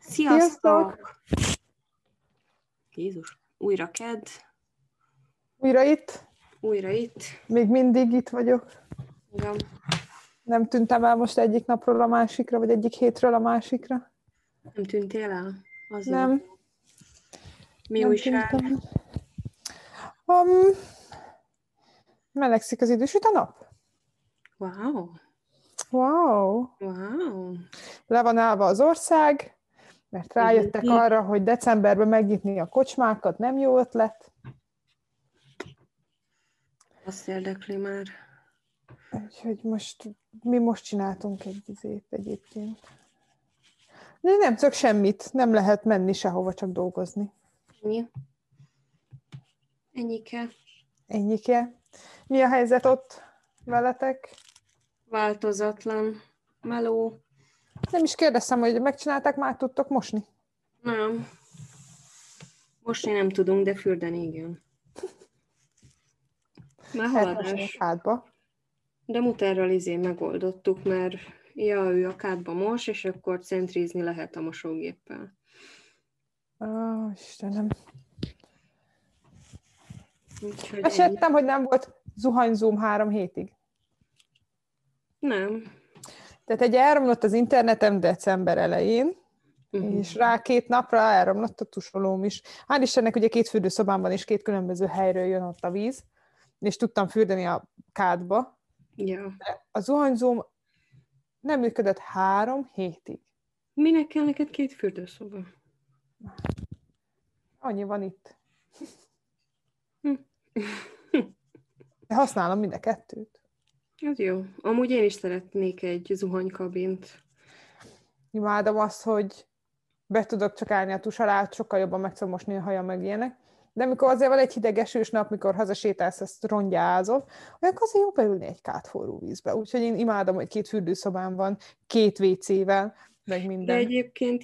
Sziasztok! Jézus, újra kedd. Újra itt? Újra itt. Még mindig itt vagyok. Igen. Nem tűntem el most egyik napról a másikra, vagy egyik hétről a másikra? Nem tűntél el? Az Nem. jó. Mi Nem újság? tűntem el. Melegszik az idő, süt a nap. Wow. Wow. Wow. Le van állva az ország, mert rájöttek arra, hogy decemberben megnyitni a kocsmákat nem jó ötlet. Azt érdekli már. Úgyhogy mi most csináltunk egy izét egyébként. De nem csak semmit, nem lehet menni sehova, csak dolgozni. Ennyi. Ennyike. Ennyike. Mi a helyzet ott veletek? Változatlan. Meló. Nem is kérdeztem, hogy megcsinálták, már tudtok mosni? Nem. Mosni nem tudunk, de fürdeni igen. Már haladás. Hátba. De Muterral megoldottuk, mert ő a kádba mos, és akkor centrízni lehet a mosógéppel. Istenem. Úgyhogy esettem, hogy nem volt zuhanyzóm 3 hétig. Nem. Tehát egy elromlott az internetem december elején, és rá 2 napra elromlott a tusolóm is. Hál' Istennek ugye 2 fürdőszobám van, és 2 különböző helyről jön ott a víz, és tudtam fürdeni a kádba. Ja. De a zuhanyzóm nem működött 3 hétig. Minek kell neked 2 fürdőszoba? Annyi van itt. De használom mind a 2-t. Az jó. Amúgy én is szeretnék egy zuhanykabint. Imádom azt, hogy be tudok csak állni a tus alá, sokkal jobban meg tudom mosni a hajam, meg ilyenek. De amikor azért van egy hideg esős nap, mikor hazasétálsz, ezt rongyázol, olyankor azért jó beülni egy forró vízbe. Úgyhogy én imádom, hogy 2 fürdőszobám van, 2 WC-vel, meg minden. De egyébként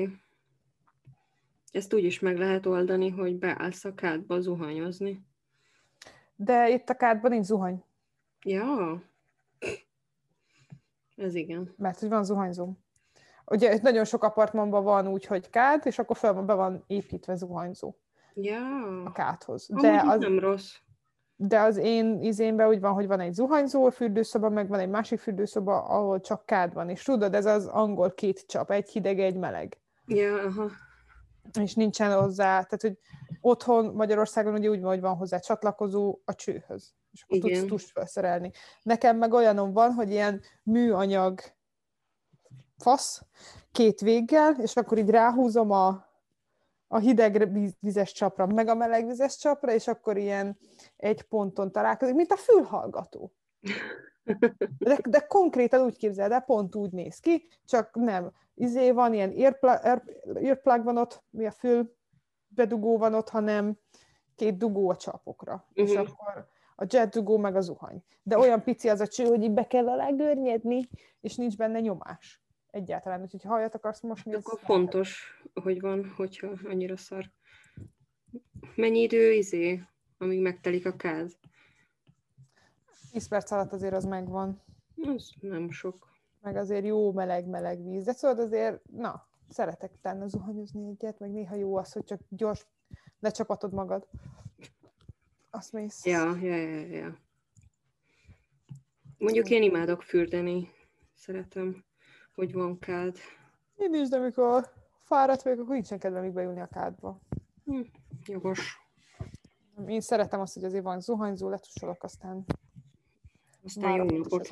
ezt úgy is meg lehet oldani, hogy beállsz a kádba zuhanyozni. De itt a kádban nincs zuhany. Ja. Ez igen. Mert hogy van zuhanyzóm. Ugye nagyon sok apartmanban van úgy, hogy kád, és akkor fel be van építve zuhanyzó. Ja. A kádhoz. De az nem rossz. De az én izémben úgy van, hogy van egy zuhanyzó fürdőszoba, meg van egy másik fürdőszoba, ahol csak kád van. És tudod, ez az angol 2 csap, egy hideg, egy meleg. Ja, aha. És nincsen hozzá, tehát hogy otthon Magyarországon ugye úgy van, hogy van hozzá csatlakozó a csőhöz. És akkor tudsz tust felszerelni. Nekem meg olyanom van, hogy ilyen műanyag fasz, 2 véggel, és akkor így ráhúzom a hideg vizes csapra, meg a meleg vizes csapra, és akkor ilyen egy ponton találkozik, mint a fülhallgató. De konkrétan úgy képzeld el, pont úgy néz ki, csak nem. Van ilyen earplug van ott, mi a fülbedugó van ott, hanem 2 dugó a csapokra. És akkor a jet dugó meg a zuhany. De olyan pici az a cső, hogy így be kell alá görnyedni, és nincs benne nyomás. Egyáltalán, úgyhogy ha hajat akarsz mosni... Akkor fontos, hogy van, hogyha annyira szar. Mennyi idő amíg megtelik a kád? 10 perc alatt azért az megvan. Az nem sok. Meg azért jó meleg víz. De szóval azért, szeretek utána zuhanyozni egyet, meg néha jó az, hogy csak gyors lecsapatod magad. Azt mész. Ja. Mondjuk én imádok fürdeni. Szeretem, hogy van kád. Én is, de amikor fáradt vagyok, akkor nincsen kedvem még beülni a kádba. Jogos. Én szeretem azt, hogy azért van zuhanyzó, letusolok, aztán jó napot.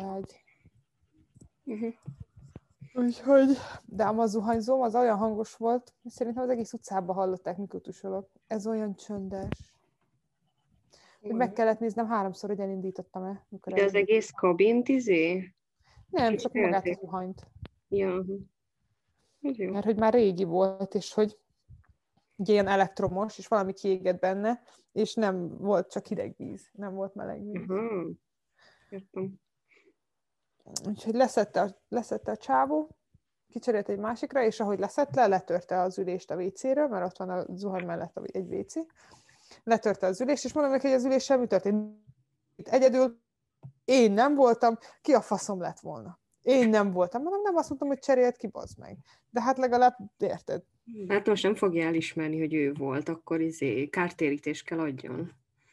Úgyhogy, de a zuhanyzóm az olyan hangos volt, hogy szerintem az egész utcában hallották, mikor tusolok. Ez olyan csöndes. Hogy meg kellett néznem 3-szor, hogy elindítottam-e. De az egész kabint Nem, csak magát a zuhanyt. Ja. Mert hogy már régi volt, és hogy ugye ilyen elektromos, és valami kiégett benne, és nem volt csak hideg víz, nem volt meleg víz. Értem. Úgyhogy leszette a csávó, kicserélt egy másikra, és ahogy leszette, letörte az ülést a WC-ről, mert ott van a zuhany mellett egy WC. Letörte az ülést, és mondom neki, hogy az üléssel mi történt. Egyedül én nem voltam, ki a faszom lett volna. én nem voltam, hanem nem azt mondtam, hogy cserélt ki, bazd meg. De hát legalább érted. Hát most nem fogja elismerni, hogy ő volt, akkor kártérítést kell adjon.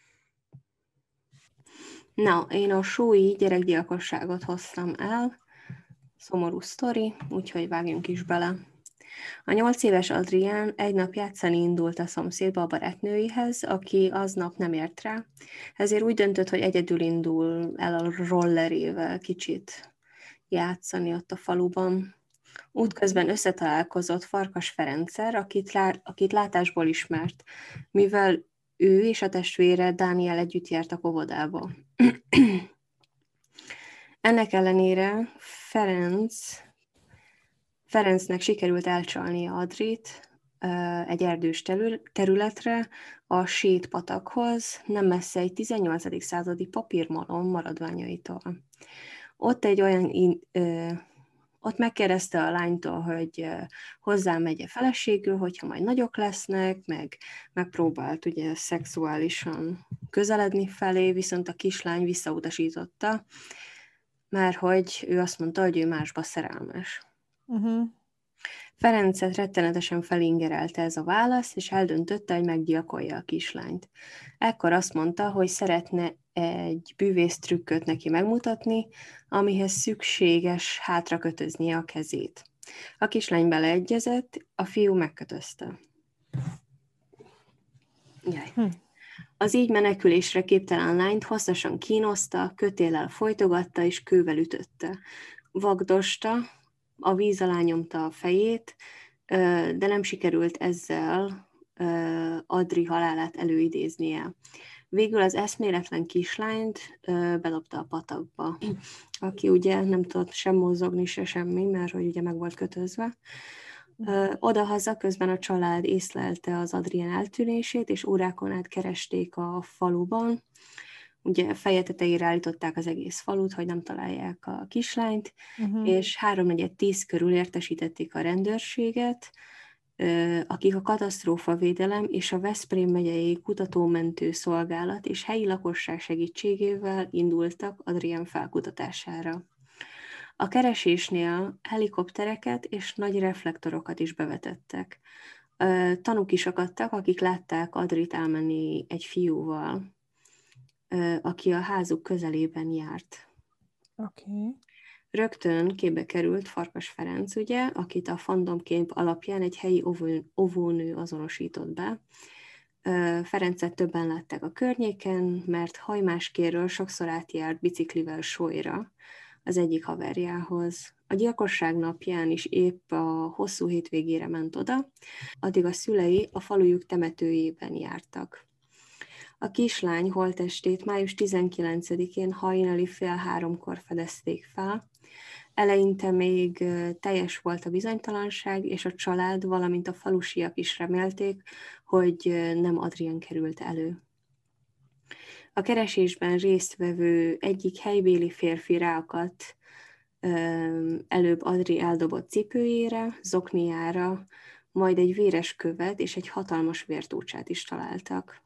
Na, én a súlyi gyerekgyilkosságot hoztam el. Szomorú sztori, úgyhogy vágjunk is bele. A 8 éves Adrián egy nap játszani indult a szomszédba a barátnőihez, aki aznap nem ért rá, ezért úgy döntött, hogy egyedül indul el a rollerével kicsit játszani ott a faluban. Útközben összetalálkozott Farkas Ferenccel, akit látásból ismert, mivel ő és a testvére Dániel együtt jártak óvodába. Ennek ellenére Ferencnek sikerült elcsalnia Adrit egy erdős területre, a Sétpatakhoz, nem messze egy 18. századi papírmalom maradványaitól. Ott megkérdezte a lánytól, hogy hozzá megye feleségül, hogyha majd nagyok lesznek, meg megpróbált ugye szexuálisan közeledni felé, viszont a kislány visszautasította, mert hogy ő azt mondta, hogy ő másba szerelmes. Ferencet rettenetesen felingerelte ez a válasz, és eldöntötte, hogy meggyilkolja a kislányt. Ekkor azt mondta, hogy szeretne egy bűvész trükköt neki megmutatni, amihez szükséges hátrakötöznie a kezét. A kislány beleegyezett, a fiú megkötözte. Az így menekülésre képtelen lányt hosszasan kínozta, kötéllel folytogatta és kővel ütötte. Vagdosta, a víz alá nyomta a fejét, de nem sikerült ezzel Adri halálát előidéznie. Végül az eszméletlen kislányt bedobta a patakba, aki ugye nem tudott sem mozogni, se semmi, mert hogy ugye meg volt kötözve. Odahaza közben a család észlelte az Adrián eltűnését, és órákon át keresték a faluban. Ugye feje tetejére állították az egész falut, hogy nem találják a kislányt, és 3-4-10 körül értesítették a rendőrséget, akik a katasztrófavédelem és a Veszprém megyei kutatómentő szolgálat és helyi lakosság segítségével indultak Adrián felkutatására. A keresésnél helikoptereket és nagy reflektorokat is bevetettek. Tanúk is akadtak, akik látták Adrit elmenni egy fiúval, aki a házuk közelében járt. Okay. Rögtön képbe került Farkas Ferenc, ugye, akit a fandomkép alapján egy helyi óvónő azonosított be. Ferencet többen látták a környéken, mert hajmáskéről sokszor átjárt biciklivel Solyra, az egyik haverjához. A gyilkosság napján is épp a hosszú hétvégére ment oda, addig a szülei a falujuk temetőjében jártak. A kislány holttestét május 19-én hajnali 2:30 fedezték fel. Eleinte még teljes volt a bizonytalanság, és a család, valamint a falusiak is remélték, hogy nem Adrián került elő. A keresésben résztvevő egyik helybéli férfi ráakadt előbb Adri eldobott cipőjére, zokniára, majd egy véres követ és egy hatalmas vértócsát is találtak.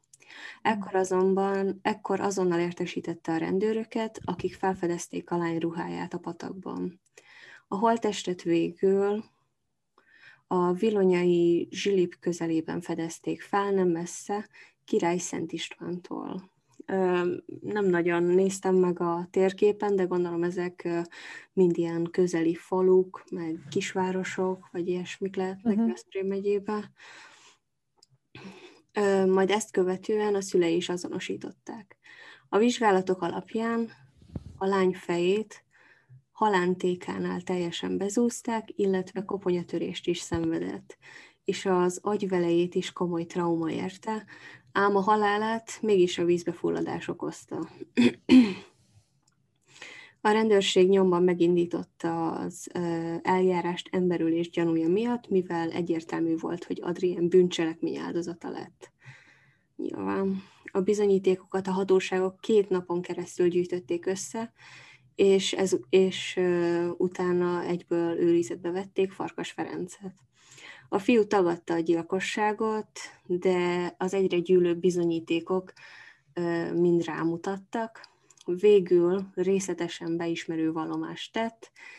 Ekkor azonnal értesítette a rendőröket, akik felfedezték a lány ruháját a patakban. A holttestet végül a vilonyai Zsilip közelében fedezték fel, nem messze Király Szent Istvántól. Nem nagyon néztem meg a térképen, de gondolom ezek mind ilyen közeli faluk, meg kisvárosok, vagy ilyesmik lehetnek Veszprém megyében. Majd ezt követően a szülei is azonosították. A vizsgálatok alapján a lány fejét halántékánál teljesen bezúzták, illetve koponyatörést is szenvedett, és az agyvelejét is komoly trauma érte, ám a halálát mégis a vízbefulladás okozta. A rendőrség nyomban megindította az eljárást emberölés gyanúja miatt, mivel egyértelmű volt, hogy Adrián bűncselekmény áldozata lett. Nyilván. A bizonyítékokat a hatóságok 2 napon keresztül gyűjtötték össze, és utána egyből őrizetbe vették Farkas Ferencet. A fiú tagadta a gyilkosságot, de az egyre gyűlőbb bizonyítékok mind rámutattak. Végül részletesen beismerő vallomást tett,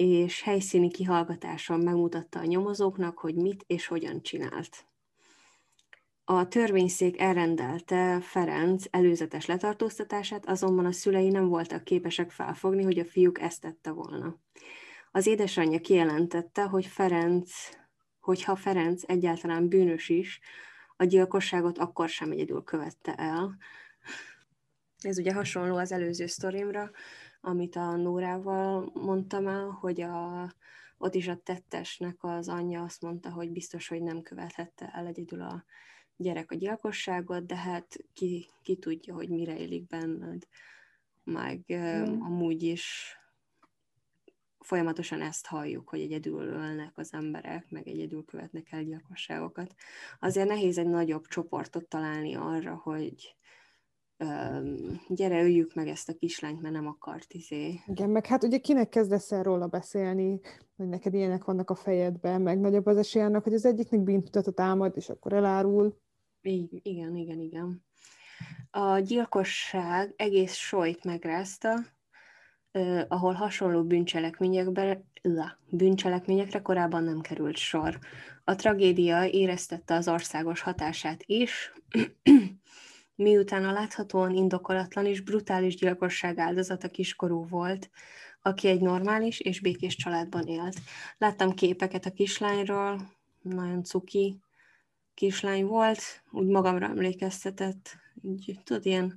és helyszíni kihallgatáson megmutatta a nyomozóknak, hogy mit és hogyan csinált. A törvényszék elrendelte Ferenc előzetes letartóztatását, azonban a szülei nem voltak képesek felfogni, hogy a fiúk ezt tette volna. Az édesanyja kijelentette, hogyha Ferenc egyáltalán bűnös is, a gyilkosságot akkor sem egyedül követte el. Ez ugye hasonló az előző sztorimra, amit a Nórával mondtam el, hogy ott is a tettesnek az anyja azt mondta, hogy biztos, hogy nem követhette el egyedül a gyerek a gyilkosságot, de hát ki tudja, hogy mire élik benned. Meg amúgy is folyamatosan ezt halljuk, hogy egyedül ölnek az emberek, meg egyedül követnek el gyilkosságokat. Azért nehéz egy nagyobb csoportot találni arra, hogy gyere, öljük meg ezt a kislányt, mert nem akart Igen, meg hát ugye kinek kezdesz el róla beszélni, hogy neked ilyenek vannak a fejedben, meg nagyobb az esély annak, hogy az egyiknek bűntudatot támad, és akkor elárul. Igen. A gyilkosság egész Sólyt megrázta, ahol hasonló bűncselekményekre korábban nem került sor. A tragédia éreztette az országos hatását is, miután a láthatóan indokolatlan és brutális gyilkosság áldozata kiskorú volt, aki egy normális és békés családban élt. Láttam képeket a kislányról, nagyon cuki kislány volt, úgy magamra emlékeztetett, úgy, tudod, ilyen,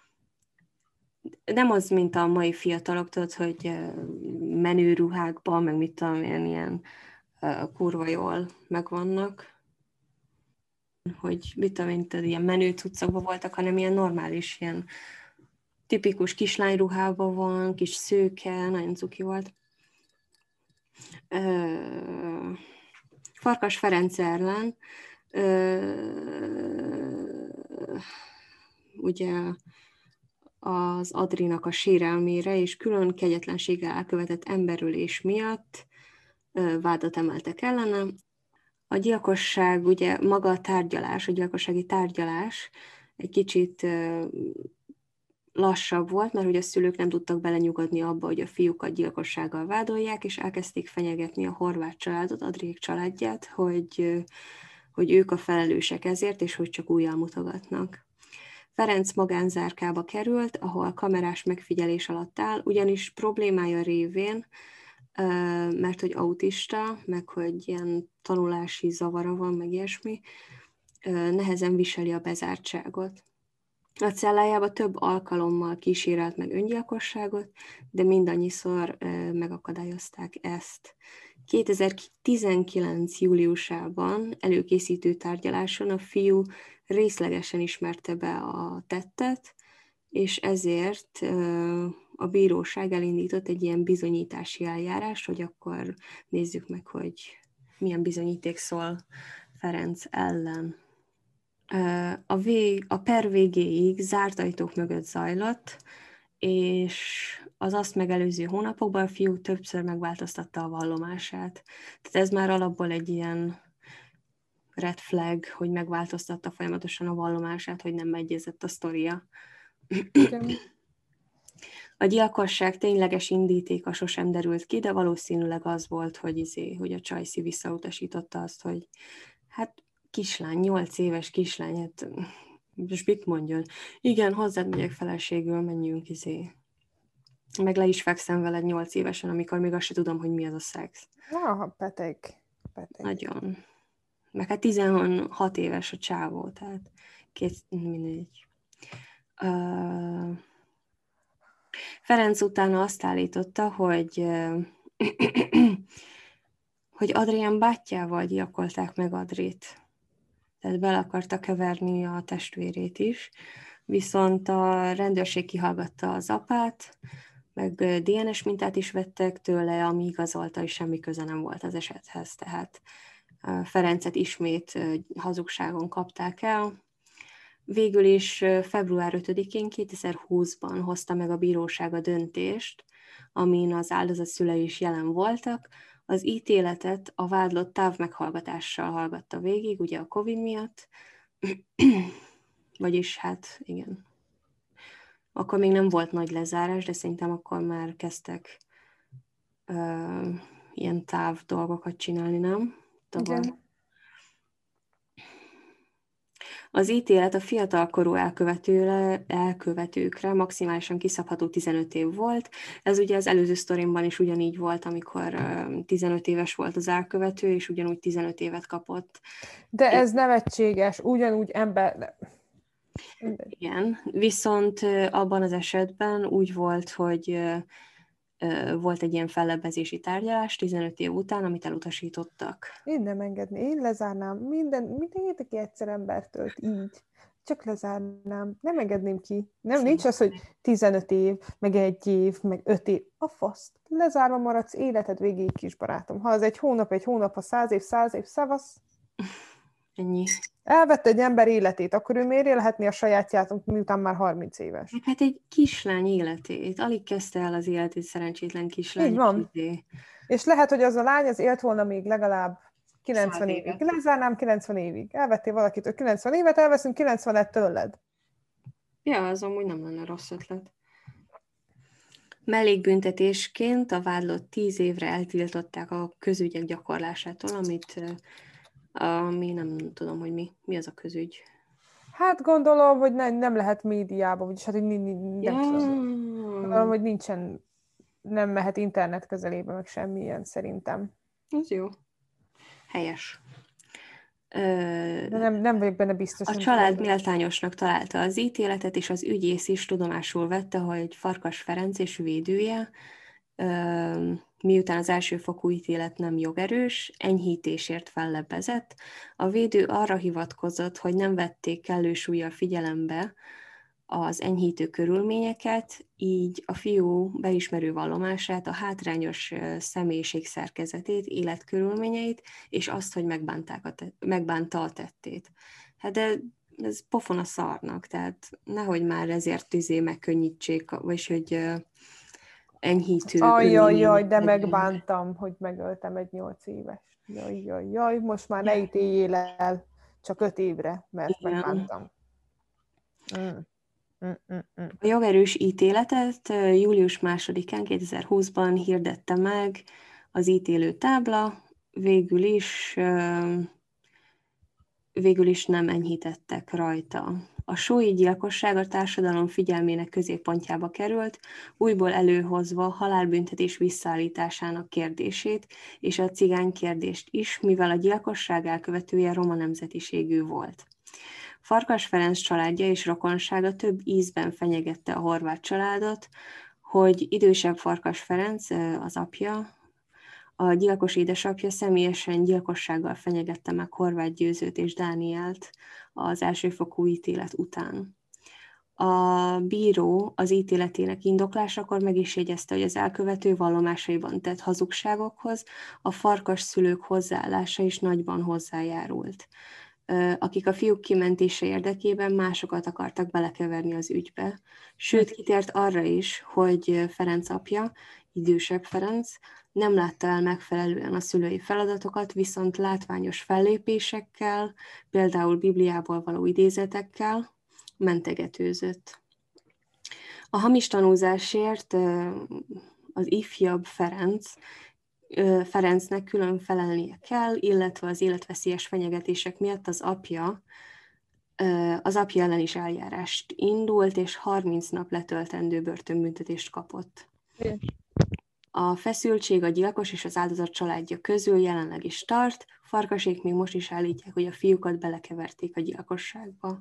nem az, mint a mai fiatalok, tudod, hogy menő ruhákban, meg mit tudom én, ilyen kurva jól megvannak, hogy mit tudom én, tudod, ilyen menő cuccokban voltak, hanem ilyen normális, ilyen tipikus kislányruhában van, kis szőke, nagyon cuki volt. Farkas Ferenc ellen ugye az Adrinak a sérelmére és külön kegyetlenséggel elkövetett emberölés miatt vádat emeltek ellene. A gyilkosság, ugye maga a tárgyalás, a gyilkossági tárgyalás egy kicsit lassabb volt, mert hogy a szülők nem tudtak belenyugodni abba, hogy a fiúkat gyilkossággal vádolják, és elkezdték fenyegetni a horvát családot, Adriék családját, hogy ők a felelősek ezért, és hogy csak újjal mutogatnak. Ferenc magánzárkába került, ahol kamerás megfigyelés alatt áll, ugyanis problémája révén, mert hogy autista, meg hogy ilyen tanulási zavara van, meg ilyesmi, nehezen viseli a bezártságot. A cellájába több alkalommal kísérelt meg öngyilkosságot, de mindannyiszor megakadályozták ezt. 2019. júliusában előkészítő tárgyaláson a fiú részlegesen ismerte be a tettet, és ezért a bíróság elindított egy ilyen bizonyítási eljárást, hogy akkor nézzük meg, hogy milyen bizonyíték szól Ferenc ellen. A per végéig zárt ajtók mögött zajlott, és az azt megelőző hónapokban a fiú többször megváltoztatta a vallomását. Tehát ez már alapból egy ilyen red flag, hogy megváltoztatta folyamatosan a vallomását, hogy nem egyezett a sztoria. A gyilkosság tényleges indítéka sosem derült ki, de valószínűleg az volt, hogy a csajszi visszautasította azt, hogy hát kislány, 8 éves kislány, hát most mit mondjon? Igen, hozzád megyek feleségül, menjünk, meg le is fekszem veled 8 évesen, amikor még azt se tudom, hogy mi az a szex. Beteg. Nagyon. Meg hát 16 éves a csávó, tehát mindegy. Ferenc utána azt állította, hogy Adrián bátyjával gyilkolták meg Adrit. Tehát bele akarta keverni a testvérét is, viszont a rendőrség kihallgatta az apát, meg DNS mintát is vettek tőle, ami igazolta, hogy semmi köze nem volt az esethez, tehát Ferencet ismét hazugságon kapták el. Végül is február 5-én 2020-ban hozta meg a bíróság a döntést, amin az áldozat szülei is jelen voltak. Az ítéletet a vádlott távmeghallgatással hallgatta végig, ugye a Covid miatt, vagyis hát igen. Akkor még nem volt nagy lezárás, de szerintem akkor már kezdtek ilyen táv dolgokat csinálni, nem? Tavaly. Igen. Az ítélet a fiatalkorú elkövetőkre maximálisan kiszabható 15 év volt. Ez ugye az előző sztorimban is ugyanígy volt, amikor 15 éves volt az elkövető, és ugyanúgy 15 évet kapott. De ez nevetséges, ugyanúgy ember... Igen, viszont abban az esetben úgy volt, hogy volt egy ilyen fellebbezési tárgyalás 15 év után, amit elutasítottak. Én nem engedni, én lezárnám minden érdeki egyszer embertől így. Csak lezárnám, nem engedném ki. Nem, nincs az, hogy 15 év, meg 1 év, meg 5 év. A faszt. Lezárva maradsz életed végéig, kis barátom. Ha az egy hónap, ha 100 év, szavasz. Ennyi. Elvette egy ember életét, akkor ő miért élhetné a sajátját, miután már 30 éves? Hát egy kislány életét. Alig kezdte el az életét szerencsétlen kislány. Így van. És lehet, hogy az a lány az élt volna még legalább 90 évig. Lezárnám 90 évig. Elvettél valakitől 90 évet, elveszünk 90-et tőled. Ja, az amúgy nem lenne rossz ötlet. Mellékbüntetésként a vádlott 10 évre eltiltották a közügyek gyakorlásától, ami nem tudom, hogy mi az a közügy. Hát gondolom, hogy nem lehet médiában, vagyis hát, hogy nem tudom. Gondolom, hogy nem mehet internet közelébe, meg semmilyen szerintem. Ez jó. Helyes. De nem vagyok benne biztos. A család méltányosnak találta az ítéletet, és az ügyész is tudomásul vette, hogy Farkas Ferenc és védője, miután az elsőfokú ítélet nem jogerős, enyhítésért fellebbezett. A védő arra hivatkozott, hogy nem vették kellő súllyal figyelembe az enyhítő körülményeket, így a fiú beismerő vallomását, a hátrányos személyiség szerkezetét, életkörülményeit, és azt, hogy megbánta a tettét. Hát de ez pofon a szarnak, tehát nehogy már ezért megkönnyítsék, vagy hogy enyhítő. Ajjajjaj, de megbántam, hogy megöltem egy 8 éves. Jaj, most már ne ítéljél el csak 5 évre, mert igen, megbántam. A jogerős ítéletet július 2-án 2020-ban hirdette meg az ítélő tábla, végül is nem enyhítettek rajta. A sói gyilkosság a társadalom figyelmének középpontjába került, újból előhozva halálbüntetés visszaállításának kérdését, és a cigány kérdést is, mivel a gyilkosság elkövetője roma nemzetiségű volt. Farkas Ferenc családja és rokonsága több ízben fenyegette a horvát családot, hogy idősebb Farkas Ferenc, az apja, a gyilkos édesapja személyesen gyilkossággal fenyegette meg Horváth Győzőt és Dánielt az elsőfokú ítélet után. A bíró az ítéletének indoklásakor meg is jegyezte, hogy az elkövető vallomásaiban tett hazugságokhoz a Farkas szülők hozzáállása is nagyban hozzájárult, akik a fiúk kimentése érdekében másokat akartak belekeverni az ügybe. Sőt, kitért arra is, hogy Ferenc apja, idősebb Ferenc, nem látta el megfelelően a szülői feladatokat, viszont látványos fellépésekkel, például Bibliából való idézetekkel mentegetőzött. A hamis tanúzásért az ifjabb Ferencnek külön felelnie kell, illetve az életveszélyes fenyegetések miatt az apja ellen is eljárást indult, és 30 nap letöltendő börtönbüntetést kapott. A feszültség a gyilkos és az áldozat családja közül jelenleg is tart. Farkasék még most is állítják, hogy a fiúkat belekeverték a gyilkosságba.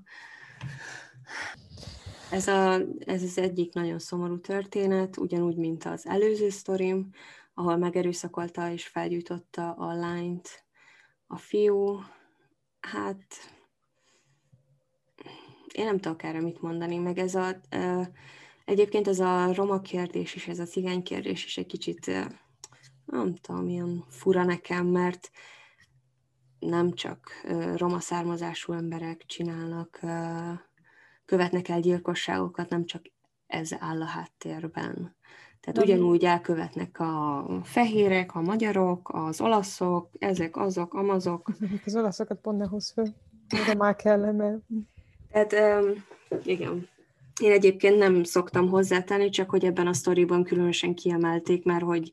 Ez az egyik nagyon szomorú történet, ugyanúgy, mint az előző sztorim, ahol megerőszakolta és felgyújtotta a lányt a fiú. Hát én nem tudok erre mit mondani, meg egyébként ez a roma kérdés is, ez a cigány kérdés is egy kicsit, nem tudom, ilyen fura nekem, mert nem csak roma származású emberek követnek el gyilkosságokat, nem csak ez áll a háttérben. Tehát ugyanúgy elkövetnek a fehérek, a magyarok, az olaszok, ezek, azok, amazok. Az olaszokat pont ne hozz föl, de már kellene. Tehát igen. Én egyébként nem szoktam hozzátenni, csak hogy ebben a sztoriban különösen kiemelték, mert hogy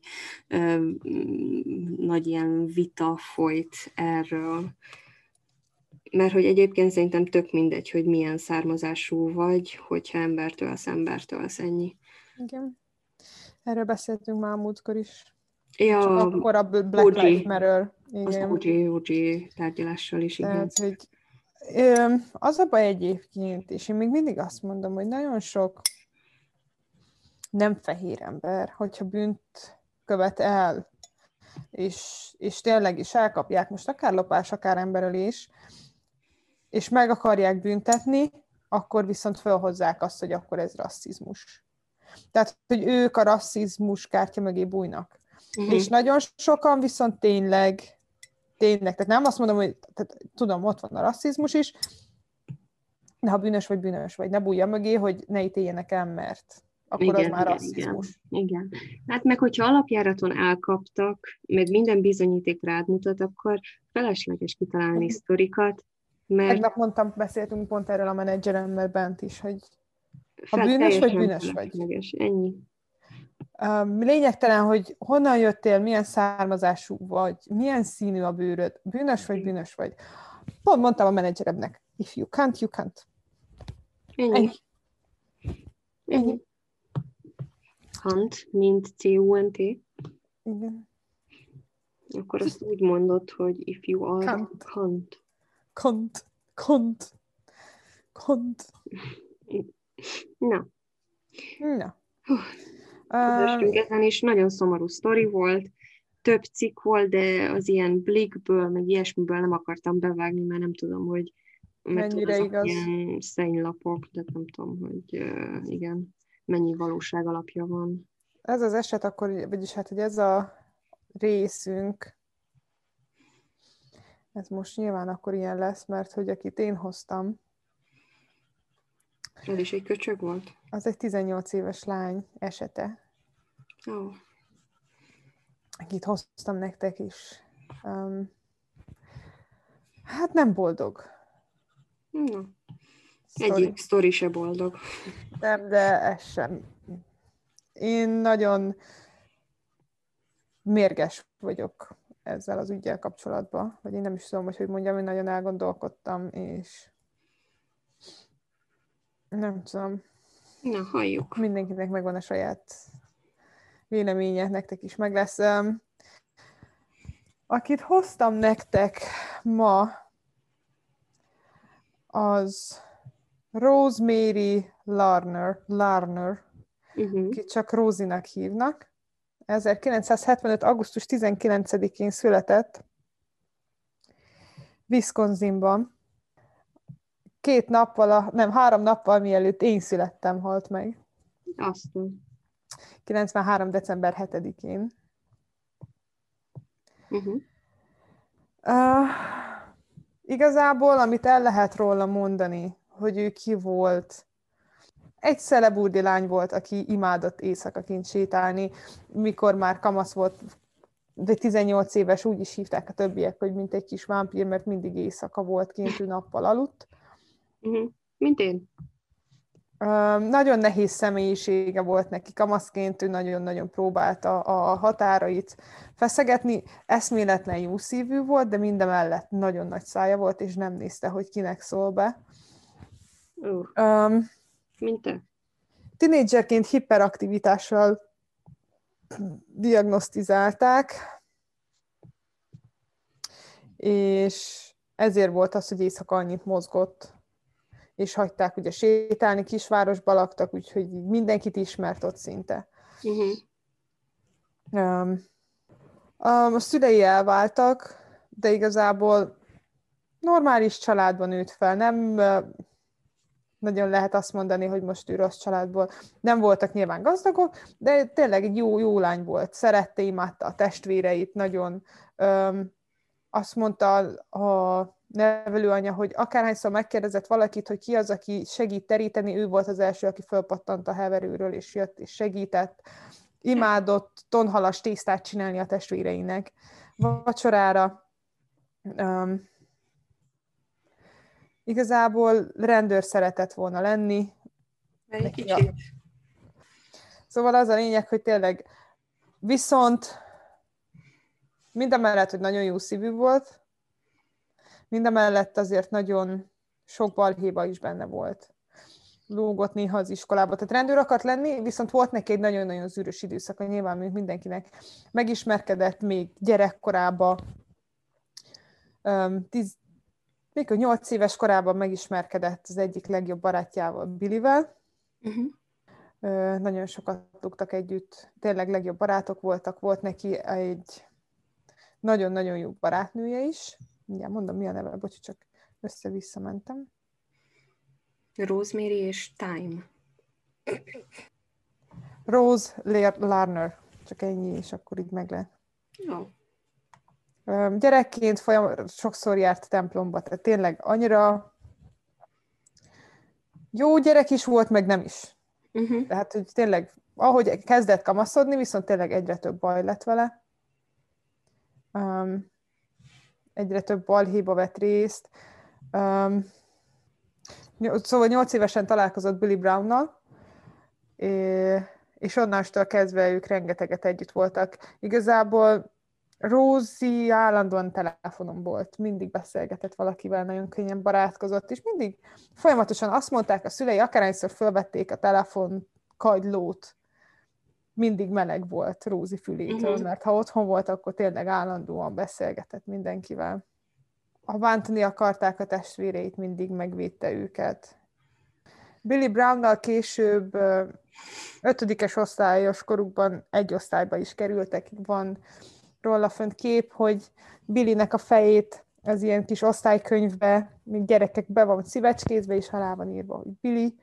nagy ilyen vita folyt erről. Mert hogy egyébként szerintem tök mindegy, hogy milyen származású vagy, hogyha embertől ennyi. Igen. Erről beszéltünk már a múltkor is. Ja, csak akkor a Black Lives Matter. Igen. Az OG tárgyalással is, igen. Tehát, hogy az a baj egyébként, és én még mindig azt mondom, hogy nagyon sok nem fehér ember, hogyha bűnt követ el, és tényleg is elkapják, most akár lopás, akár emberölés, és meg akarják büntetni, akkor viszont felhozzák azt, hogy akkor ez rasszizmus. Tehát, hogy ők a rasszizmus kártya mögé bújnak. És nagyon sokan viszont tényleg, tehát nem azt mondom, hogy tehát, tudom, ott van a rasszizmus is, de ha bűnös vagy, ne bújja mögé, hogy ne ítéljenek el, mert akkor igen, az már rasszizmus. Igen. Hát meg, hogyha alapjáraton elkaptak, meg minden bizonyíték rád mutat, akkor felesleges kitalálni sztorikat, mert... beszéltünk pont erről a menedzseremmel bent is, hogy ha bűnös vagy, bűnös vagy. Ennyi. Lényegtelen, hogy honnan jöttél, milyen származású vagy, milyen színű a bőröd, bűnös vagy. Pont mondtam a menedzseremnek, if you can't, you can't. Ennyi. Hunt, mint C-U-N-T. Igen. Akkor azt úgy mondod, hogy if you are can't. Na. Tudástunk ezen is nagyon szomorú sztori volt, több cikk volt, de az ilyen Blickből, meg ilyesmiből nem akartam bevágni, mert nem tudom, hogy mennyire igaz. Ilyen szennylapok, de nem tudom, hogy igen, mennyi valóság alapja van. Ez az eset akkor, vagyis hát, hogy ez a részünk, ez most nyilván akkor ilyen lesz, mert hogy akit én hoztam, ez is egy köcsög volt? Az egy 18 éves lány esete. Oh. Akit hoztam nektek is. Hát nem boldog. No. Egyik sztori se boldog. Nem, de ez sem. Én nagyon mérges vagyok ezzel az üggyel kapcsolatban. Vagy én nem is tudom, hogy mondjam, én nagyon elgondolkodtam, és nem tudom. Na, halljuk. Mindenkinek megvan a saját véleménye, nektek is meg lesz. Akit hoztam nektek ma, az Rosemary Larner, akit csak Rózinak hívnak. 1975. augusztus 19-én született Wisconsinban. 3 nappal mielőtt én születtem, halt meg. Aztán. 93. december 7-én. Igazából, amit el lehet róla mondani, hogy ő ki volt, egy celeburdi lány volt, aki imádott éjszakaként sétálni, mikor már kamasz volt, de 18 éves, úgy is hívták a többiek, hogy mint egy kis vámpír, mert mindig éjszaka volt kint, ő nappal aludt. Mint én. Nagyon nehéz személyisége volt neki, kamaszként ő nagyon-nagyon próbálta a határait feszegetni, eszméletlen jó szívű volt, de mindemellett nagyon nagy szája volt, és nem nézte, hogy kinek szól be. Mint te? Tinédzserként hiperaktivitással diagnosztizálták, és ezért volt az, hogy éjszaka annyit mozgott, és hagyták ugye sétálni, kisvárosba laktak, úgyhogy mindenkit ismert ott szinte. A szülei elváltak, de igazából normális családban nőtt fel. Nem nagyon lehet azt mondani, hogy most ő rossz családból. Nem voltak nyilván gazdagok, de tényleg egy jó lány volt. Szerette, imádta a testvéreit, nagyon azt mondta a nevelőanyja, hogy akárhányszor megkérdezett valakit, hogy ki az, aki segít teríteni, ő volt az első, aki fölpattant a heverőről, és jött, és segített. Imádott tonhalas tésztát csinálni a testvéreinek. Vacsorára. Igazából rendőr szeretett volna lenni. Egy kicsit. Szóval az a lényeg, hogy tényleg viszont mindamellett, hogy nagyon jó szívű volt, mindamellett azért nagyon sok balhéba is benne volt. Lógott néha az iskolába. Tehát rendőr akart lenni, viszont volt neki egy nagyon-nagyon zűrös időszaka, nyilván, mint mindenkinek. Megismerkedett még gyerekkorában, 8 éves korában megismerkedett az egyik legjobb barátjával, Billyvel. Nagyon sokat lógtak együtt, tényleg legjobb barátok voltak, volt neki egy nagyon-nagyon jó barátnője is. Mindjárt mondom, mi a neve, bocsi, csak össze-vissza mentem. Rosemary és Thyme. Rose Larner, csak ennyi, és akkor így meg lehet. Jó. Gyerekként sokszor járt templomba, tehát tényleg annyira jó gyerek is volt, meg nem is. Tehát, hogy tényleg, ahogy kezdett kamaszodni, viszont tényleg egyre több baj lett vele. Egyre több balhéba vett részt. Szóval 8 évesen találkozott Billy Brownnal, és onnantól kezdve ők rengeteget együtt voltak. Igazából Rosie állandóan telefonon volt, mindig beszélgetett valakivel, nagyon könnyen barátkozott, és mindig folyamatosan azt mondták a szülei, akárhányszor fölvették a telefon kagylót, mindig meleg volt Rosie fülétől, mert ha otthon volt, akkor tényleg állandóan beszélgetett mindenkivel. Ha bántani akarták a testvéreit, mindig megvédte őket. Billy Brownnal később 5. osztályos korukban egy osztályba is kerültek. Van róla fönt kép, hogy Billynek a fejét az ilyen kis osztálykönyvbe, még gyerekek be van szívecskézve, és alá van írva, hogy Billy.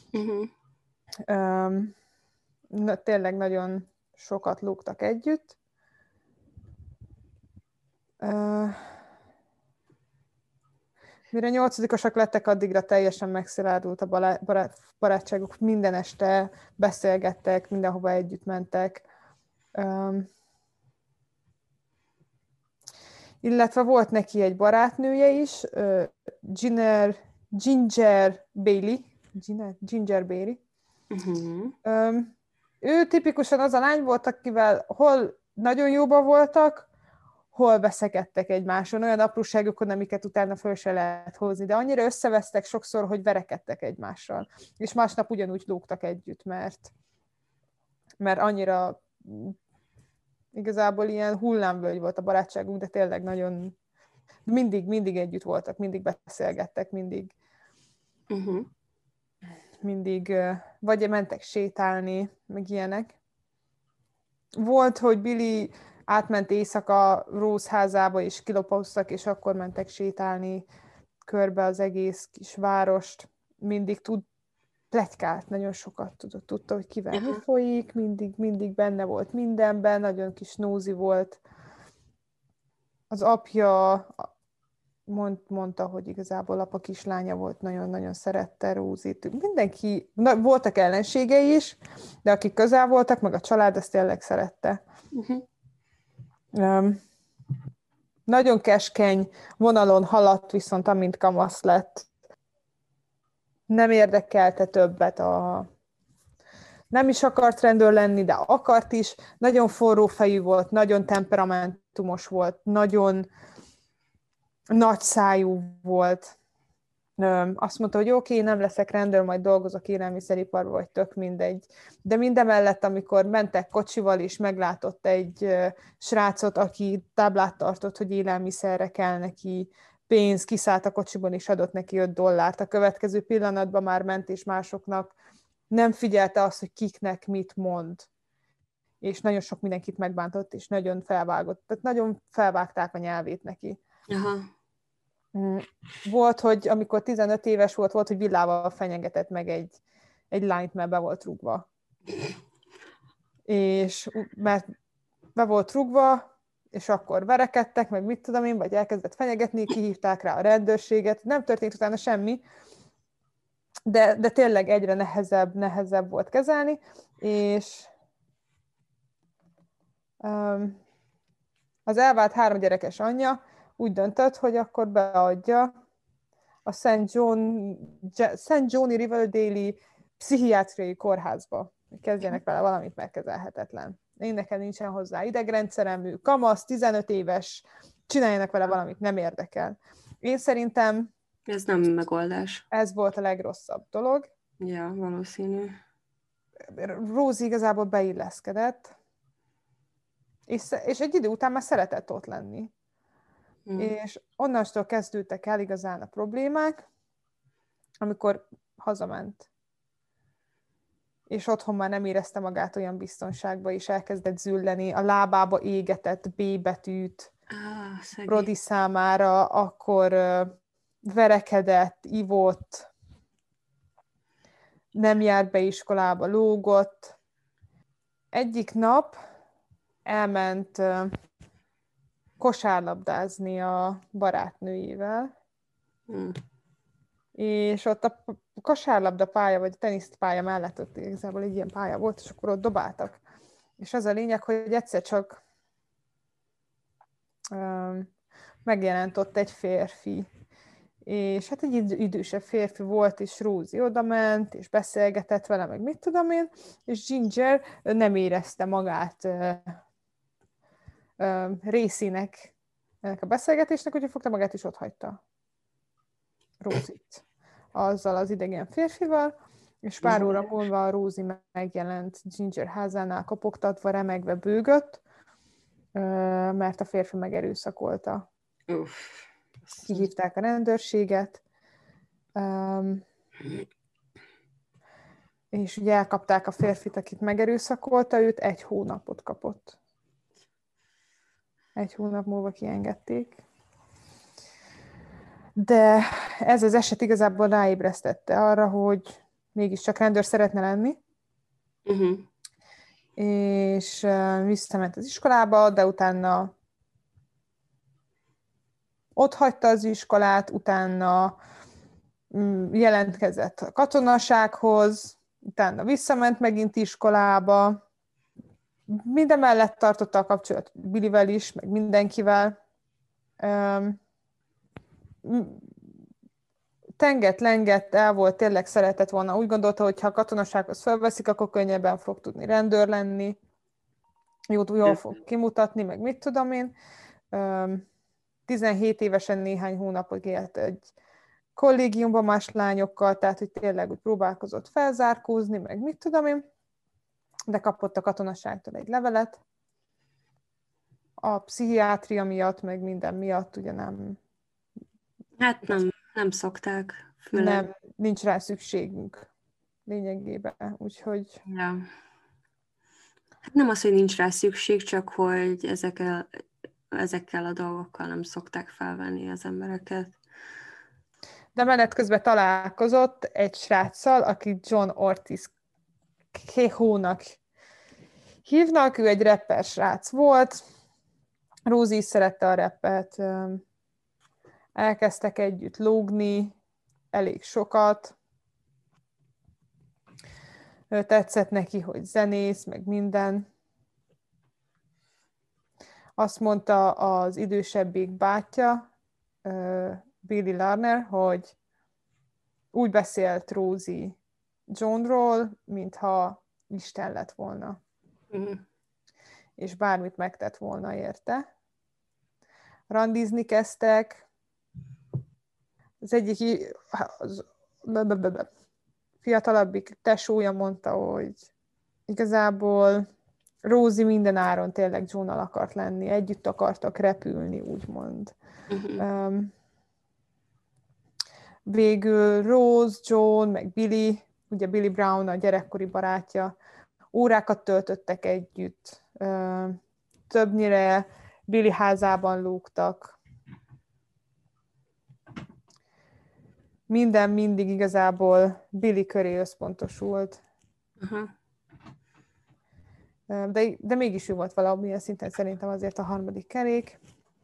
Tényleg nagyon sokat lógtak együtt. Mire 8-osak lettek, addigra teljesen megszilárdult a barátságuk. Minden este beszélgettek, mindenhova együtt mentek. Illetve volt neki egy barátnője is, Ginger Bailey. Ginger Bailey. Ő tipikusan az a lány volt, akivel hol nagyon jóban voltak, hol veszekedtek egymáson, olyan apróságokon, amiket utána föl se lehet hozni, de annyira összevesztek sokszor, hogy verekedtek egymással. És másnap ugyanúgy lógtak együtt, mert annyira igazából ilyen hullámvölgy volt a barátságunk, de tényleg nagyon mindig együtt voltak, mindig beszélgettek, mindig vagy mentek sétálni, meg ilyenek. Volt, hogy Billy átment éjszaka Rose házába, és kilopoztak, és akkor mentek sétálni körbe az egész kis várost. Mindig pletykált, nagyon sokat tudta, hogy kivel mi folyik, mindig benne volt mindenben, nagyon kis nózi volt. Az apja mondta, hogy igazából apa kislánya volt, nagyon-nagyon szerette Rózit. Mindenki, voltak ellenségei is, de akik közel voltak, meg a család, ezt tényleg szerette. Nagyon keskeny vonalon haladt, viszont amint kamasz lett, nem érdekelte többet nem is akart rendőr lenni, de akart is. Nagyon forró fejű volt, nagyon temperamentumos volt, nagyon nagy szájú volt. Azt mondta, hogy oké, nem leszek rendőr, majd dolgozok élelmiszeriparban, vagy tök mindegy. De mindemellett, amikor mentek kocsival, és meglátott egy srácot, aki táblát tartott, hogy élelmiszerre kell neki pénz, kiszállt a kocsiban, és adott neki $5. A következő pillanatban már ment, és másoknak nem figyelte azt, hogy kiknek mit mond. És nagyon sok mindenkit megbántott, és nagyon felvágott. Tehát nagyon felvágták a nyelvét neki. Volt, hogy amikor 15 éves volt, hogy villával fenyegetett meg egy lányt, mert be volt rúgva. És mert be volt rúgva, és akkor verekedtek, meg mit tudom én, vagy elkezdett fenyegetni, kihívták rá a rendőrséget. Nem történt utána semmi, de tényleg egyre nehezebb volt kezelni, és az elvált 3 gyerekes anyja úgy döntött, hogy akkor beadja a St. John-i Riverdale-i pszichiátriai kórházba, hogy kezdjenek vele valamit, mert kezelhetetlen. Én nekem nincsen hozzá idegrendszerem, kamasz, 15 éves, csináljanak vele valamit, nem érdekel. Én szerintem ez nem megoldás. Ez volt a legrosszabb dolog. Ja, valószínű. Rosie igazából beilleszkedett, és egy idő után már szeretett ott lenni. És onnantól kezdődtek el igazán a problémák, amikor hazament. És otthon már nem érezte magát olyan biztonságba, és elkezdett zülleni, a lábába égetett B betűt Brody számára, akkor verekedett, ivott, nem járt be iskolába, lógott. Egyik nap elment kosárlabdázni a barátnőjével, és ott a kosárlabda pálya, vagy a teniszpálya mellett ott igazából egy ilyen pálya volt, és akkor ott dobáltak. És az a lényeg, hogy egyszer csak megjelent ott egy férfi, és hát egy idősebb férfi volt, és Rosie odament, és beszélgetett vele, meg mit tudom én, és Ginger nem érezte magát részének ennek a beszélgetésnek, úgyhogy fogta magát, és ott hagyta Rosie-t azzal az idegen férfival, és pár óra múlva Rosie megjelent Ginger házánál, kopogtatva, remegve bőgött, mert a férfi megerőszakolta. Kihívták a rendőrséget, és ugye elkapták a férfit, akit megerőszakolta, őt 1 hónapot kapott. 1 hónap múlva kiengedték. De ez az eset igazából ráébresztette arra, hogy mégiscsak rendőr szeretne lenni, és visszament az iskolába, de utána ott hagyta az iskolát, utána jelentkezett a katonasághoz, utána visszament megint iskolába, minden mellett tartotta a kapcsolatot Billyvel is, meg mindenkivel. Tengett-lengett el volt, tényleg szeretett volna. Úgy gondolta, hogy ha a katonasághoz felveszik, akkor könnyebben fog tudni rendőr lenni, jól fog kimutatni, meg mit tudom én. 17 évesen néhány hónapig élt egy kollégiumban más lányokkal, tehát hogy tényleg úgy próbálkozott felzárkózni, meg mit tudom én, de kapott a katonaságtól egy levelet. A pszichiátria miatt, meg minden miatt ugye nem... Hát nem szokták. Nem, nincs rá szükségünk lényegében, úgyhogy... Ja. Hát nem az, hogy nincs rá szükség, csak hogy ezekkel a dolgokkal nem szokták felvenni az embereket. De menet közben találkozott egy sráccal, akit John Ortiz Kehoe-nak hívnak, ő egy rapper srác volt, Rosie is szerette a rappet, elkezdtek együtt lógni, elég sokat, tetszett neki, hogy zenész, meg minden. Azt mondta az idősebbik bátyja, Billy Larner, hogy úgy beszélt Rosie Johnról, mintha Isten lett volna. És bármit megtett volna érte. Randizni kezdtek. Az egyik fiatalabbik tesója mondta, hogy igazából Rosie minden áron tényleg Johnnal akart lenni, együtt akartak repülni, úgymond. Végül Rose, John, meg Billy, ugye Billy Brown a gyerekkori barátja, órákat töltöttek együtt. Többnyire Billy házában lógtak. Minden mindig igazából Billy köré összpontosult. De mégis ő volt valamilyen szinten szerintem azért a harmadik kerék.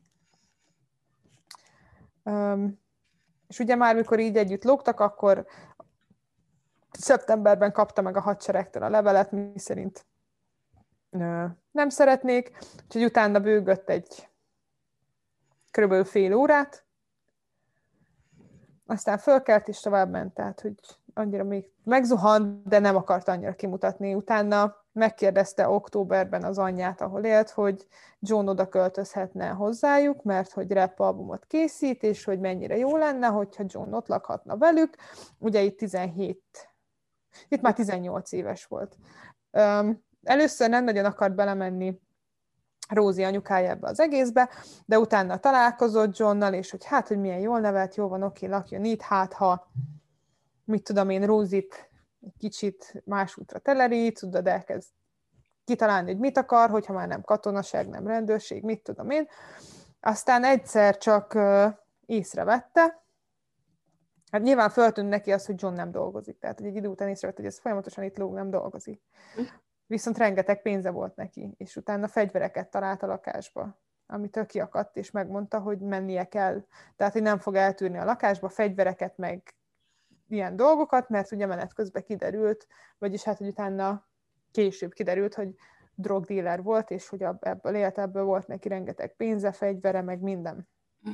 És ugye már mikor így együtt lógtak, akkor szeptemberben kapta meg a hadseregtől a levelet, mi szerint nem szeretnék, úgyhogy utána bőgött egy körülbelül fél órát. Aztán fölkelt és tovább ment, tehát hogy annyira még megzuhant, de nem akart annyira kimutatni. Utána megkérdezte októberben az anyját, ahol élt, hogy John oda költözhetne hozzájuk, mert hogy rap albumot készít, és hogy mennyire jó lenne, hogyha John ott lakhatna velük. Ugye itt már 18 éves volt. Először nem nagyon akart belemenni Rosie anyukája ebbe az egészbe, de utána találkozott Johnnal, és hogy milyen jól nevelt, jó van, oké, lakjon itt, ha mit tudom én, Rosie-t egy kicsit más útra telerít, tudod, elkezd kitalálni, hogy mit akar, hogyha már nem katonaság, nem rendőrség, mit tudom én. Aztán egyszer csak észrevette, hát nyilván föltűnt neki az, hogy John nem dolgozik, tehát egy idő után észrevette, hogy ez folyamatosan itt lóg, nem dolgozik. Viszont rengeteg pénze volt neki, és utána fegyvereket talált a lakásba, amitől kiakadt, és megmondta, hogy mennie kell. Tehát, hogy nem fog eltűrni a lakásba fegyvereket, meg ilyen dolgokat, mert ugye menet közben kiderült, vagyis hát, hogy utána később kiderült, hogy drogdíler volt, és hogy ebből volt neki rengeteg pénze, fegyvere, meg minden.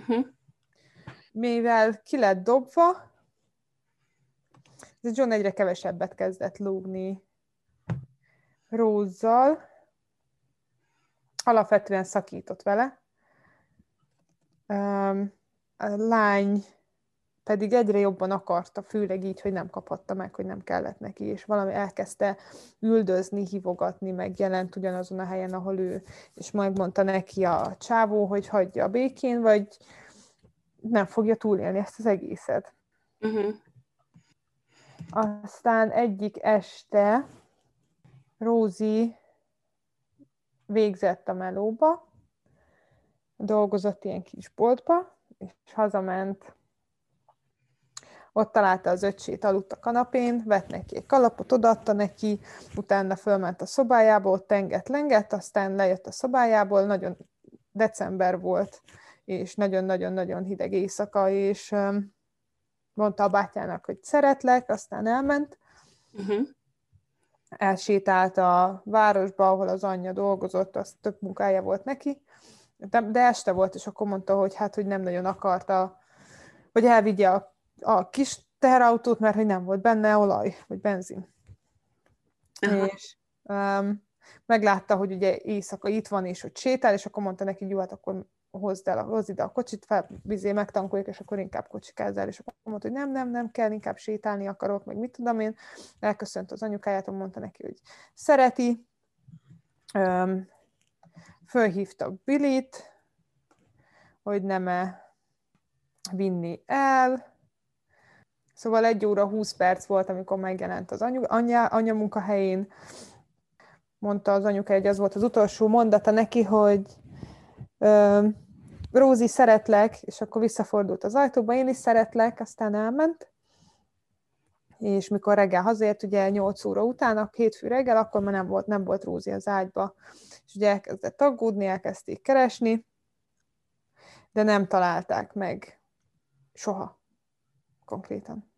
Mivel ki lett dobva, John egyre kevesebbet kezdett lógni Rose-zal, alapvetően szakított vele. A lány pedig egyre jobban akarta, főleg így, hogy nem kaphatta meg, hogy nem kellett neki, és valami elkezdte üldözni, hívogatni, meg jelent ugyanazon a helyen, ahol ő, és majd mondta neki a csávó, hogy hagyja a békén, vagy nem fogja túlélni ezt az egészet. Aztán egyik este Rosie végzett a melóba, dolgozott ilyen kis boltba, és hazament. Ott találta az öccsét, aludt a kanapén, vett neki egy kalapot, odaadta neki, utána fölment a szobájába, ott lengett, aztán lejött a szobájából, nagyon december volt, és nagyon-nagyon-nagyon hideg éjszaka, és mondta a bátyjának, hogy szeretlek, aztán elment. Elsétált a városba, ahol az anyja dolgozott, az több munkája volt neki, de este volt, és akkor mondta, hogy hogy nem nagyon akarta, hogy elvigye a kis teherautót, mert hogy nem volt benne olaj, vagy benzin. És meglátta, hogy ugye éjszaka itt van, és hogy sétál, és akkor mondta neki, hogy jó, hát akkor hozd ide a kocsit, megtankoljuk, és akkor inkább kocsikázzál, és akkor mondta, hogy nem kell, inkább sétálni akarok, meg mit tudom én. Elköszönt az anyukájától, mondta neki, hogy szereti. Fölhívta Billit, hogy nem-e vinni el. Szóval 1 óra 20 perc volt, amikor megjelent az anya munkahelyén. Mondta az anyuka, hogy az volt az utolsó mondata neki, hogy Rózi, szeretlek, és akkor visszafordult az ajtóba, én is szeretlek, aztán elment. És mikor reggel hazért, ugye 8 óra után, a hétfő reggel, akkor már nem volt Rózi az ágyba. És ugye elkezdett aggódni, elkezdték keresni, de nem találták meg soha. Konkrétan.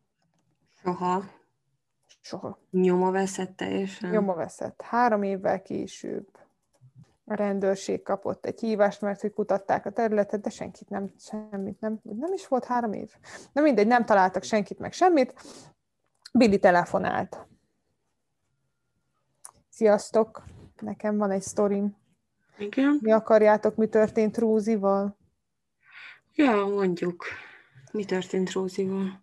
Soha. Nyoma veszett teljesen. Nyoma veszett. 3 évvel később a rendőrség kapott egy hívást, mert hogy kutatták a területet, de semmit nem is volt 3 év. Na mindegy, nem találtak senkit meg semmit. Billy telefonált. Sziasztok, nekem van egy sztorim. Igen? Mi akarjátok, mi történt Rózival? Ja, mondjuk. Mi történt Rózival?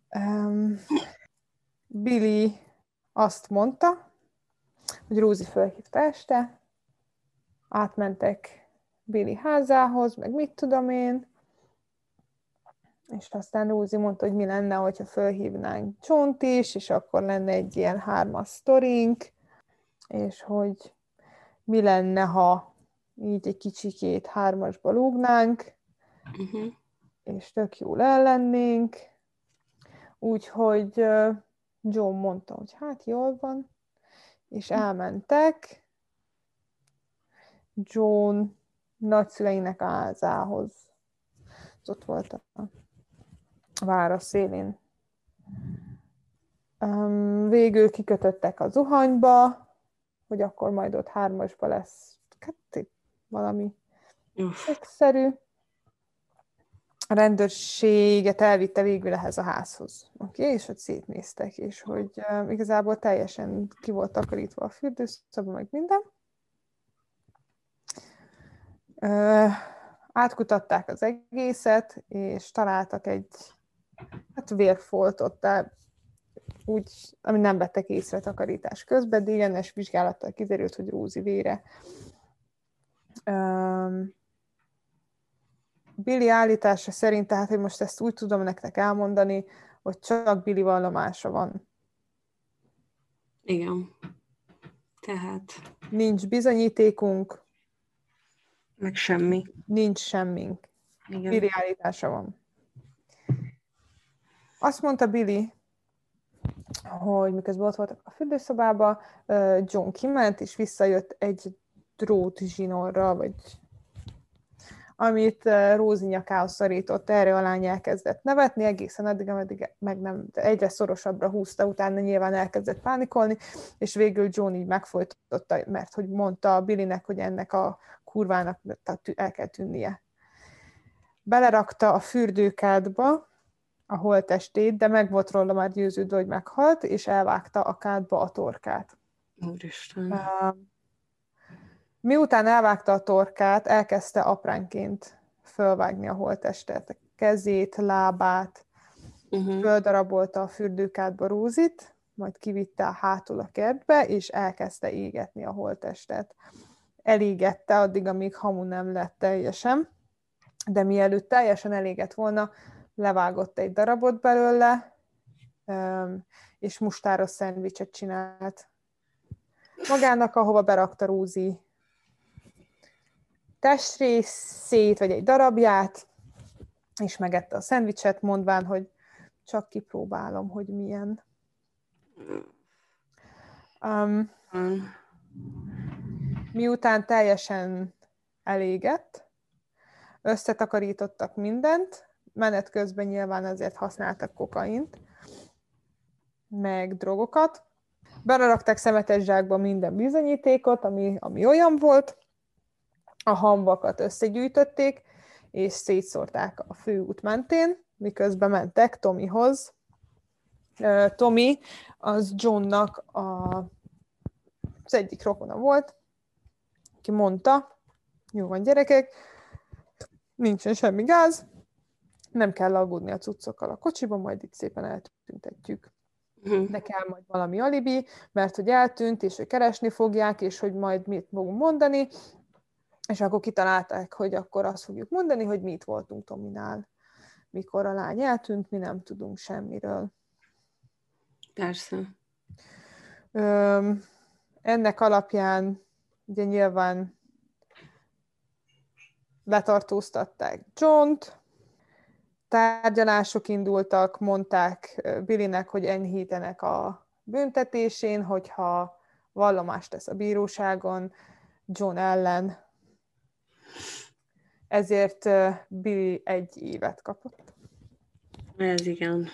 Billy azt mondta, hogy Rózi felhívta este, átmentek Billy házához, meg mit tudom én, és aztán Rózi mondta, hogy mi lenne, hogyha felhívnánk Johnt is, és akkor lenne egy ilyen 3-as sztorink, és hogy mi lenne, ha így egy kicsikét 3-asba lúgnánk, és tök jól ellennénk. Úgyhogy John mondta, hogy hát jól van, és elmentek John nagyszüleinek házához. Ez ott volt a város szélén. Végül kikötöttek a zuhanyba, hogy akkor majd ott 3-asba lesz valami egyszerű. a rendőrséget elvitte végül ehhez a házhoz. Oké? És hogy szétnéztek, és hogy igazából teljesen ki volt takarítva a fürdőszoba, meg minden. Átkutatták az egészet, és találtak egy vérfoltot, de úgy, ami nem vettek észre takarítás közben, DNS vizsgálattal kiderült, hogy Rózi vére. Billy állítása szerint, tehát, hogy most ezt úgy tudom nektek elmondani, hogy csak Billy vallomása van. Igen. Tehát... Nincs bizonyítékunk. Meg semmi. Nincs semmink. Igen. Billy állítása van. Azt mondta Billy, hogy miközben ott voltak a fürdőszobában, John kiment, és visszajött egy drótzsinórral, vagy amit Rózi nyakához szorított, erre a lány elkezdett nevetni, egészen addig, ameddig meg nem, egyre szorosabbra húzta, utána nyilván elkezdett pánikolni, és végül John így megfojtotta, mert hogy mondta Billynek, hogy ennek a kurvának el kell tűnnie. Belerakta a fürdőkádba a holttestét, de meg volt róla már győződve, hogy meghalt, és elvágta a kádba a torkát. Úristen. Miután elvágta a torkát, elkezdte apránként fölvágni a holttestet, a kezét, lábát, földarabolta a fürdőkádba Rózit, majd kivitte hátul a kertbe, és elkezdte égetni a holttestet. Elégette addig, amíg hamu nem lett teljesen, de mielőtt teljesen elégett volna, levágott egy darabot belőle, és mustáros szendvicset csinált. Magának, ahova berakta Rózi testrészét, vagy egy darabját, és megette a szendvicset, mondván, hogy csak kipróbálom, hogy milyen. Miután teljesen elégett, összetakarítottak mindent, menet közben nyilván azért használtak kokaint, meg drogokat. Belerakták szemetes zsákba minden bizonyítékot, ami olyan volt, a hamvakat összegyűjtötték, és szétszórták a főút mentén, miközben mentek Tommyhoz. Tommy az Johnnak az egyik rokona volt, ki mondta, jó van gyerekek, nincsen semmi gáz, nem kell aggódni a cuccokkal a kocsiban, majd itt szépen eltüntetjük. De kell majd valami alibi, mert hogy eltűnt, és hogy keresni fogják, és hogy majd mit fogunk mondani, és akkor kitalálták, hogy akkor azt fogjuk mondani, hogy mi itt voltunk Tominál. Mikor a lány eltűnt, mi nem tudunk semmiről. Persze. Ennek alapján ugye nyilván letartóztatták Johnt, tárgyalások indultak, mondták Billynek, hogy enyhítenek a büntetésén, hogyha vallomást tesz a bíróságon John ellen. Ezért Billy 1 évet kapott. Ez igen.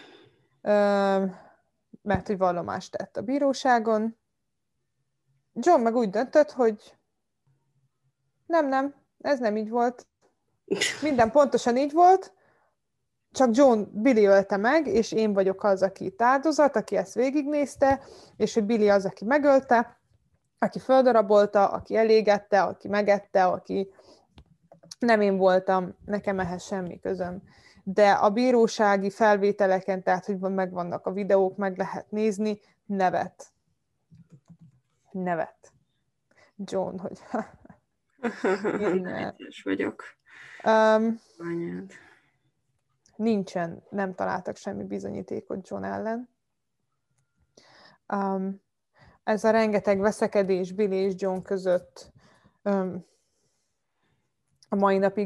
Mert hogy vallomást tett a bíróságon. John meg úgy döntött, hogy nem, ez nem így volt. Minden pontosan így volt, csak Billy ölte meg, és én vagyok az, aki itt áldozat, aki ezt végignézte, és hogy Billy az, aki megölte, aki földarabolta, aki elégette, aki megette, aki... Nem én voltam, nekem ehhez semmi közöm. De a bírósági felvételeken, tehát, hogy megvannak a videók, meg lehet nézni, nevet. John, hogy... Vicces vagyok. Nincsen, nem találtak semmi bizonyítékot John ellen. Ez a rengeteg veszekedés Billy és John között a mai napig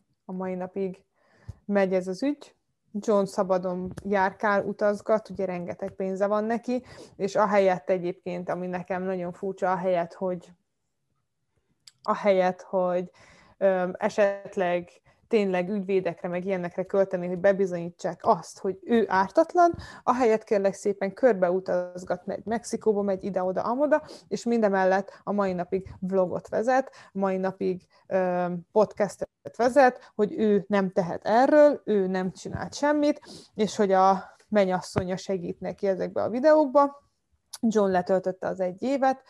megy ez az ügy. John szabadon járkál, utazgat, ugye rengeteg pénze van neki, és ahelyett egyébként, ami nekem nagyon furcsa, ahelyett, hogy esetleg tényleg ügyvédekre, meg ilyenekre költeni, hogy bebizonyítsák azt, hogy ő ártatlan, ahelyett kérlek szépen körbeutazgat, megy Mexikóba, megy ide-oda, amoda, és mindemellett a mai napig vlogot vezet, mai napig podcastet vezet, hogy ő nem tehet erről, ő nem csinált semmit, és hogy a mennyasszonya segít neki ezekbe a videókba. John letöltötte az 1 évet,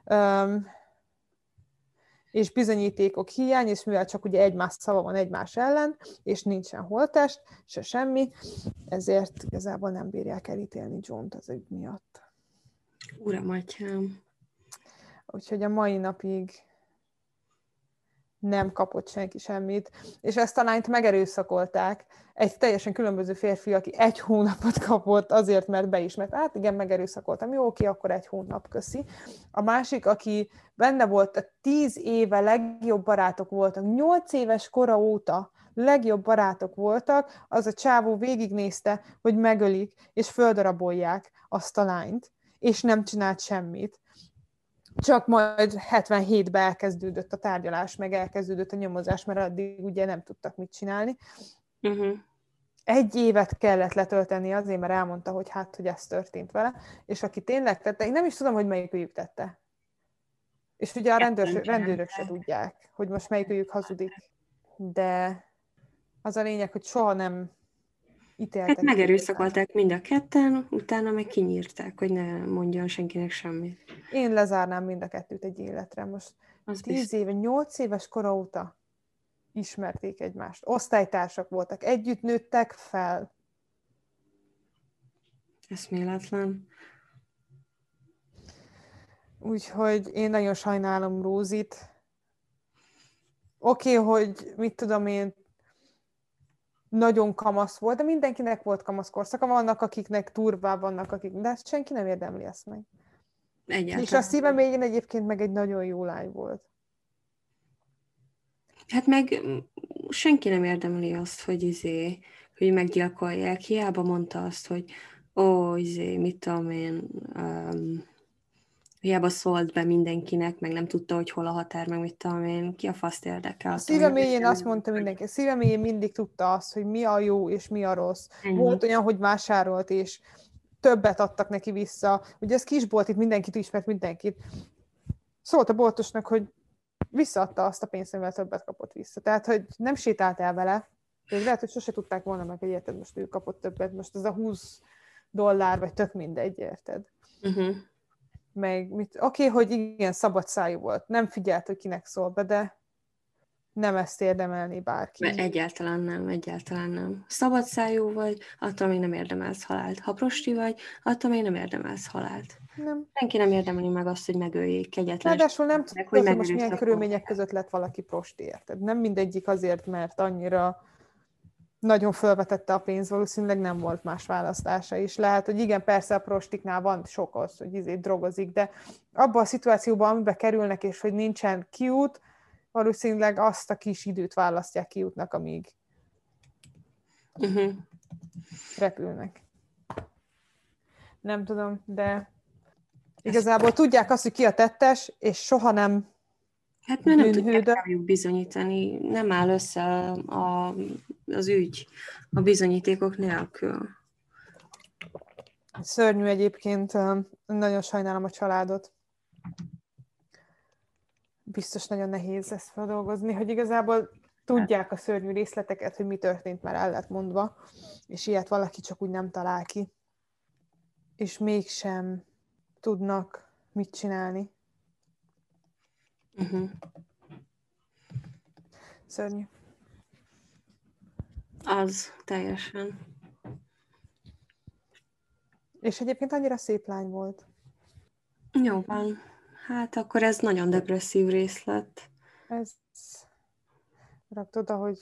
és bizonyítékok hiány, és mivel csak ugye egymás szava van egymás ellen, és nincsen holttest, se semmi, ezért igazából nem bírják elítélni John-t az ügy miatt. Uram, atyám. Úgyhogy a mai napig nem kapott senki semmit, és ezt a lányt megerőszakolták. Egy teljesen különböző férfi, aki 1 hónapot kapott azért, mert beismert. Hát igen, megerőszakoltam. Jó, oké, akkor 1 hónap, köszi. A másik, aki benne volt, 10 éve legjobb barátok voltak, 8 éves kora óta legjobb barátok voltak, az a csávó végignézte, hogy megölik, és földarabolják azt a lányt, és nem csinált semmit. Csak majd 77-ben elkezdődött a tárgyalás, meg elkezdődött a nyomozás, mert addig ugye nem tudtak mit csinálni. 1 évet kellett letölteni azért, mert elmondta, hogy hogy ez történt vele, és aki tényleg tette, én nem is tudom, hogy melyikőjük tette. És ugye a rendőrök se tudják, hogy most melyikőjük hazudik. De az a lényeg, hogy soha nem ítéltek. Hát megerőszakolták mind a ketten, utána meg kinyírták, hogy ne mondjon senkinek semmit. Én lezárnám mind a 2-t egy életre. Most Az 10 éve, 8 éves kora óta ismerték egymást. Osztálytársak voltak, együtt nőttek fel. Eszméletlen. Úgyhogy én nagyon sajnálom Rózit. Oké, hogy mit tudom én, nagyon kamasz volt, de mindenkinek volt kamasz korszaka. Vannak, akiknek durvább, vannak, akik... De senki nem érdemli ezt meg. Egyáltalán. És a szívem végén egyébként meg egy nagyon jó lány volt. Hát meg senki nem érdemli azt, hogy meggyilkolják. Hiába mondta azt, hogy mit tudom én, hiába szólt be mindenkinek, meg nem tudta, hogy hol a határ, meg mit tudom én, ki a faszt érdekel. A szívem mélyén azt mondta mindenki, a szívem mélyén mindig tudta azt, hogy mi a jó és mi a rossz. Ennyi. Volt olyan, hogy vásárolt, és többet adtak neki vissza. Ugye ez kisbolt, itt mindenkit ismert, mindenkit. Szólt a boltosnak, hogy visszaadta azt a pénzt, amivel többet kapott vissza. Tehát, hogy nem sétált el vele, de lehet, hogy sose tudták volna meg, hogy érted, most ő kapott többet, most ez a $20, vagy tök mindegy, érted? Meg oké, hogy igen, szabad szájú volt. Nem figyelt, hogy kinek szól be, de nem ezt érdemelni bárki. Egyáltalán nem. Szabad szájú vagy, attól még nem érdemelsz halált. Ha prosti vagy, attól még nem érdemelsz halált. Nem. Senki nem érdemeli meg azt, hogy megöljék kegyetlen. Ráadásul nem tudod, hogy most milyen körülmények között lett valaki prosti, érted? Nem mindegyik azért, mert annyira nagyon felvetette a pénz, valószínűleg nem volt más választása is. Lehet, hogy igen, persze a prostiknál van sok az, hogy drogozik, de abban a szituációban, amiben kerülnek, és hogy nincsen kiút, valószínűleg azt a kis időt választják kiútnak, amíg repülnek. Nem tudom, de igazából tudják azt, hogy ki a tettes, és soha nem hát mert nem tudják bizonyítani, nem áll össze az ügy a bizonyítékok nélkül. Szörnyű egyébként, nagyon sajnálom a családot. Biztos nagyon nehéz ezt feldolgozni, hogy igazából tudják a szörnyű részleteket, hogy mi történt, már el lett mondva, és ilyet valaki csak úgy nem talál ki. És mégsem tudnak mit csinálni. Szörnyű. Az, teljesen. És egyébként annyira szép lány volt. Jó van. Hát akkor ez nagyon depresszív részlet. Ez rakd oda, hogy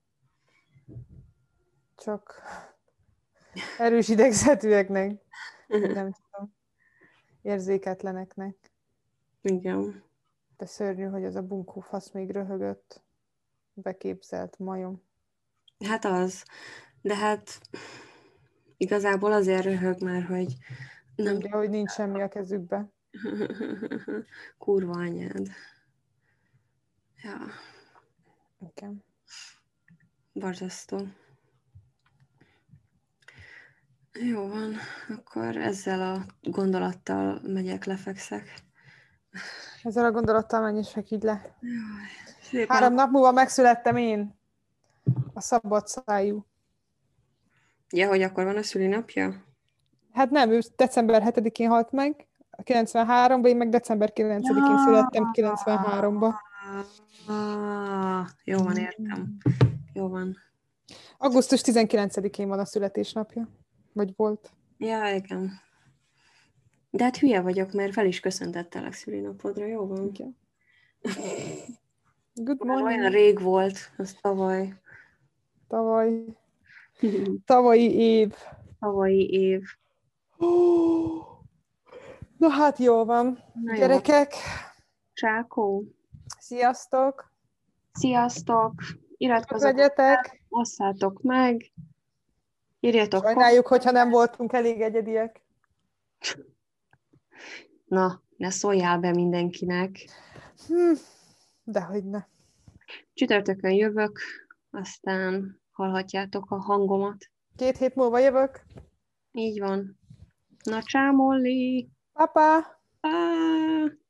csak erős idegzetűeknek, nem tudom, érzéketleneknek. Igen. De szörnyű, hogy ez a bunkó fasz még röhögött, beképzelt majom. Hát az. De hát igazából azért röhög már, hogy nem tudja, hogy nincs semmi a kezükbe. Kurva anyád. Ja. Igen. Borzasztó. Jó van, akkor ezzel a gondolattal megyek, lefekszek. Ezzel a gondolattal menjünk így le. Jaj, szépen. 3 nap múlva megszülettem én. A szabad szájú. Ja, hogy akkor van a szülinapja? Hát nem, ő december 7-én halt meg, 93-ban, én meg december 9-én születtem 93-ba. Jó van, értem. Jó van. Augusztus 19-én van a születésnapja. Vagy volt. Ja, igen. De hát hülye vagyok, mert fel is köszöntettelek szülinapodra, jó van? Igen. Good Már morning. olyan rég volt, az tavaly. Tavalyi év. Tavalyi év. Na hát jó van. Na Gyerekek. Csákó. Sziasztok. Sziasztok. Iratkozzatok, Legyetek. osszátok meg. Írjatok. Sajnáljuk, hogyha nem voltunk elég egyediek. Na, ne szóljál be mindenkinek. Dehogy ne. Csütörtökön jövök, aztán hallhatjátok a hangomat. 2 hét múlva jövök. Így van. Na, csá, Molly! Papa! Pá!